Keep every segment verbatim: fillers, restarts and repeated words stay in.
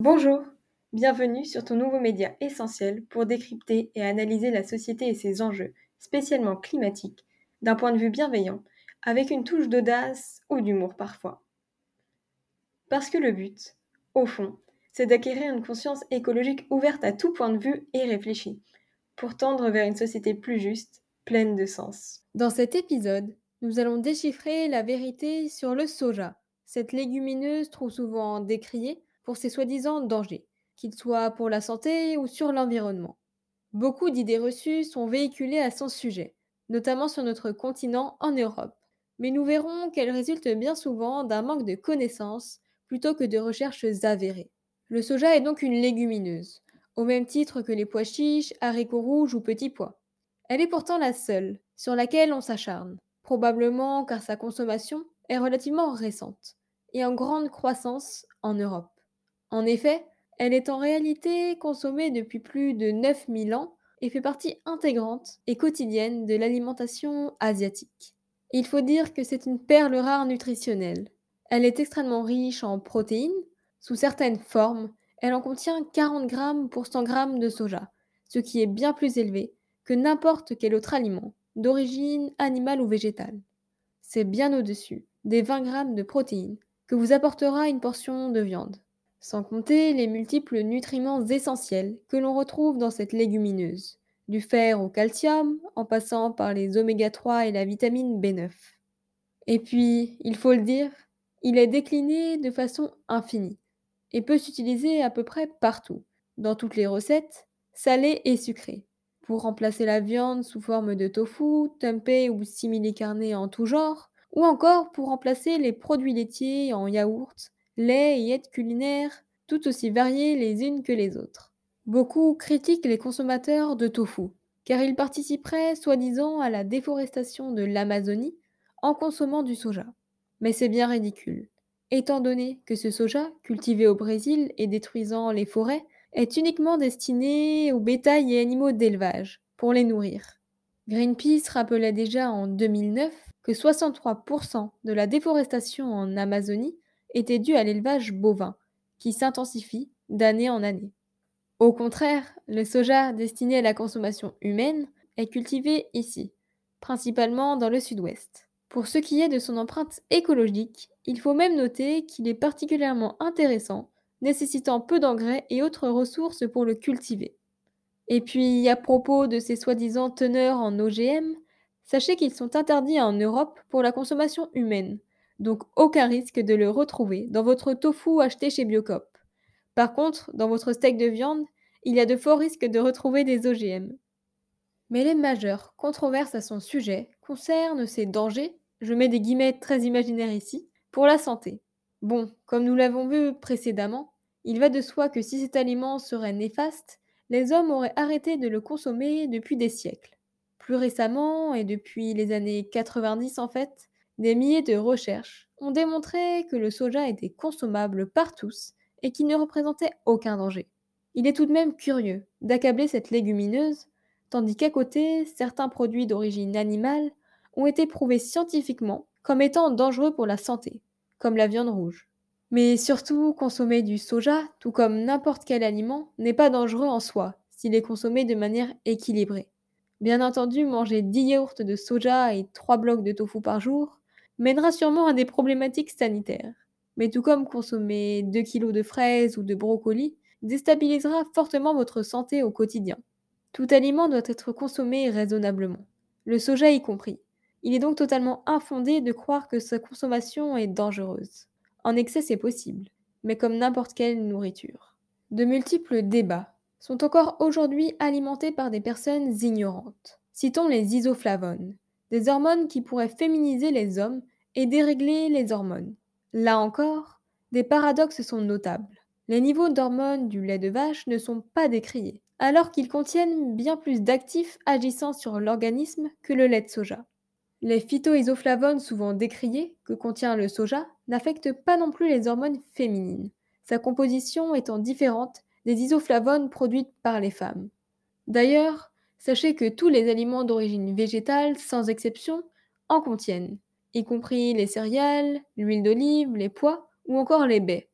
Bonjour, bienvenue sur ton nouveau média essentiel pour décrypter et analyser la société et ses enjeux, spécialement climatiques, d'un point de vue bienveillant, avec une touche d'audace ou d'humour parfois. Parce que le but, au fond, c'est d'acquérir une conscience écologique ouverte à tout point de vue et réfléchie, pour tendre vers une société plus juste, pleine de sens. Dans cet épisode, nous allons déchiffrer la vérité sur le soja, cette légumineuse trop souvent décriée pour ses soi-disant dangers, qu'ils soient pour la santé ou sur l'environnement. Beaucoup d'idées reçues sont véhiculées à son sujet, notamment sur notre continent en Europe, mais nous verrons qu'elles résultent bien souvent d'un manque de connaissances plutôt que de recherches avérées. Le soja est donc une légumineuse, au même titre que les pois chiches, haricots rouges ou petits pois. Elle est pourtant la seule sur laquelle on s'acharne, probablement car sa consommation est relativement récente et en grande croissance en Europe. En effet, elle est en réalité consommée depuis plus de neuf mille ans et fait partie intégrante et quotidienne de l'alimentation asiatique. Il faut dire que c'est une perle rare nutritionnelle. Elle est extrêmement riche en protéines. Sous certaines formes, elle en contient quarante grammes pour cent grammes de soja, ce qui est bien plus élevé que n'importe quel autre aliment, d'origine animale ou végétale. C'est bien au-dessus des vingt grammes de protéines que vous apportera une portion de viande. Sans compter les multiples nutriments essentiels que l'on retrouve dans cette légumineuse, du fer au calcium, en passant par les oméga trois et la vitamine B neuf. Et puis, il faut le dire, il est décliné de façon infinie et peut s'utiliser à peu près partout, dans toutes les recettes, salées et sucrées, pour remplacer la viande sous forme de tofu, tempeh ou simili-carné en tout genre, ou encore pour remplacer les produits laitiers en yaourt, lait et aides culinaires, tout aussi variées les unes que les autres. Beaucoup critiquent les consommateurs de tofu, car ils participeraient soi-disant à la déforestation de l'Amazonie en consommant du soja. Mais c'est bien ridicule, étant donné que ce soja, cultivé au Brésil et détruisant les forêts, est uniquement destiné au bétail et animaux d'élevage, pour les nourrir. Greenpeace rappelait déjà en deux mille neuf que soixante-trois pour cent de la déforestation en Amazonie était due à l'élevage bovin, qui s'intensifie d'année en année. Au contraire, le soja destiné à la consommation humaine est cultivé ici, principalement dans le sud-ouest. Pour ce qui est de son empreinte écologique, il faut même noter qu'il est particulièrement intéressant, nécessitant peu d'engrais et autres ressources pour le cultiver. Et puis, à propos de ces soi-disant teneurs en O G M, sachez qu'ils sont interdits en Europe pour la consommation humaine, donc aucun risque de le retrouver dans votre tofu acheté chez Biocop. Par contre, dans votre steak de viande, il y a de forts risques de retrouver des O G M. Mais les majeures controverses à son sujet concernent ces dangers, je mets des guillemets très imaginaires ici, pour la santé. Bon, comme nous l'avons vu précédemment, il va de soi que si cet aliment serait néfaste, les hommes auraient arrêté de le consommer depuis des siècles. Plus récemment, et depuis les années quatre-vingt-dix en fait, des milliers de recherches ont démontré que le soja était consommable par tous et qu'il ne représentait aucun danger. Il est tout de même curieux d'accabler cette légumineuse, tandis qu'à côté, certains produits d'origine animale ont été prouvés scientifiquement comme étant dangereux pour la santé, comme la viande rouge. Mais surtout, consommer du soja, tout comme n'importe quel aliment, n'est pas dangereux en soi, s'il est consommé de manière équilibrée. Bien entendu, manger dix yaourts de soja et trois blocs de tofu par jour mènera sûrement à des problématiques sanitaires. Mais tout comme consommer deux kilos de fraises ou de brocolis déstabilisera fortement votre santé au quotidien. Tout aliment doit être consommé raisonnablement, le soja y compris. Il est donc totalement infondé de croire que sa consommation est dangereuse. En excès, c'est possible, mais comme n'importe quelle nourriture. De multiples débats sont encore aujourd'hui alimentés par des personnes ignorantes. Citons les isoflavones, des hormones qui pourraient féminiser les hommes et dérégler les hormones. Là encore, des paradoxes sont notables. Les niveaux d'hormones du lait de vache ne sont pas décriés, alors qu'ils contiennent bien plus d'actifs agissant sur l'organisme que le lait de soja. Les phytoisoflavones souvent décriés, que contient le soja, n'affectent pas non plus les hormones féminines, sa composition étant différente des isoflavones produites par les femmes. D'ailleurs, sachez que tous les aliments d'origine végétale, sans exception, en contiennent, y compris les céréales, l'huile d'olive, les pois ou encore les baies.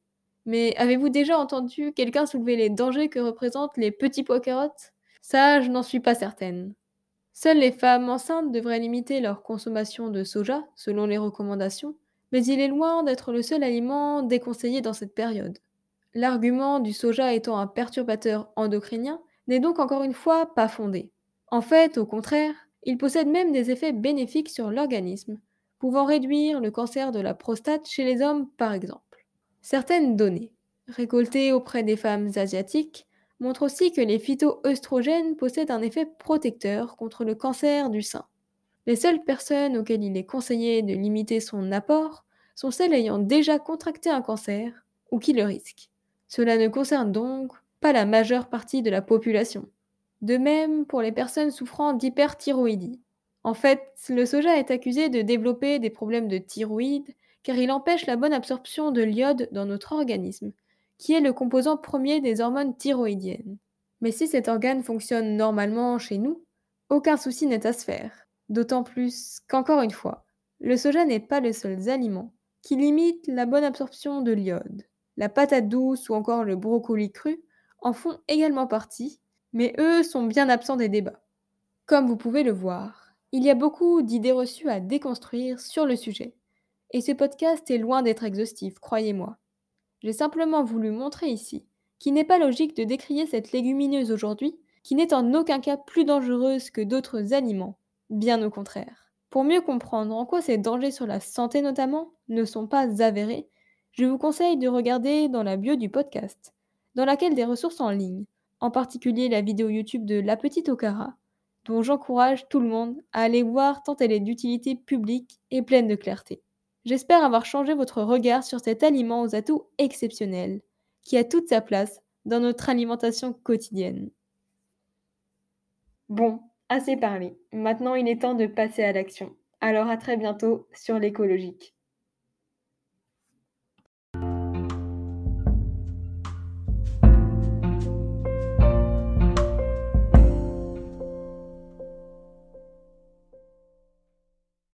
Mais avez-vous déjà entendu quelqu'un soulever les dangers que représentent les petits pois carottes? Ça, je n'en suis pas certaine. Seules les femmes enceintes devraient limiter leur consommation de soja, selon les recommandations, mais il est loin d'être le seul aliment déconseillé dans cette période. L'argument du soja étant un perturbateur endocrinien n'est donc encore une fois pas fondé. En fait, au contraire, il possède même des effets bénéfiques sur l'organisme, pouvant réduire le cancer de la prostate chez les hommes par exemple. Certaines données, récoltées auprès des femmes asiatiques, montrent aussi que les phytoœstrogènes possèdent un effet protecteur contre le cancer du sein. Les seules personnes auxquelles il est conseillé de limiter son apport sont celles ayant déjà contracté un cancer ou qui le risquent. Cela ne concerne donc pas la majeure partie de la population. De même pour les personnes souffrant d'hyperthyroïdie. En fait, le soja est accusé de développer des problèmes de thyroïde car il empêche la bonne absorption de l'iode dans notre organisme, qui est le composant premier des hormones thyroïdiennes. Mais si cet organe fonctionne normalement chez nous, aucun souci n'est à se faire. D'autant plus qu'encore une fois, le soja n'est pas le seul aliment qui limite la bonne absorption de l'iode. La patate douce ou encore le brocoli cru en font également partie, mais eux sont bien absents des débats. Comme vous pouvez le voir, il y a beaucoup d'idées reçues à déconstruire sur le sujet, et ce podcast est loin d'être exhaustif, croyez-moi. J'ai simplement voulu montrer ici qu'il n'est pas logique de décrier cette légumineuse aujourd'hui, qui n'est en aucun cas plus dangereuse que d'autres aliments, bien au contraire. Pour mieux comprendre en quoi ces dangers sur la santé notamment ne sont pas avérés, je vous conseille de regarder dans la bio du podcast, dans laquelle des ressources en ligne, en particulier la vidéo YouTube de La Petite Okara, dont j'encourage tout le monde à aller voir tant elle est d'utilité publique et pleine de clarté. J'espère avoir changé votre regard sur cet aliment aux atouts exceptionnels, qui a toute sa place dans notre alimentation quotidienne. Bon, assez parlé. Maintenant il est temps de passer à l'action. Alors à très bientôt sur l'écologique.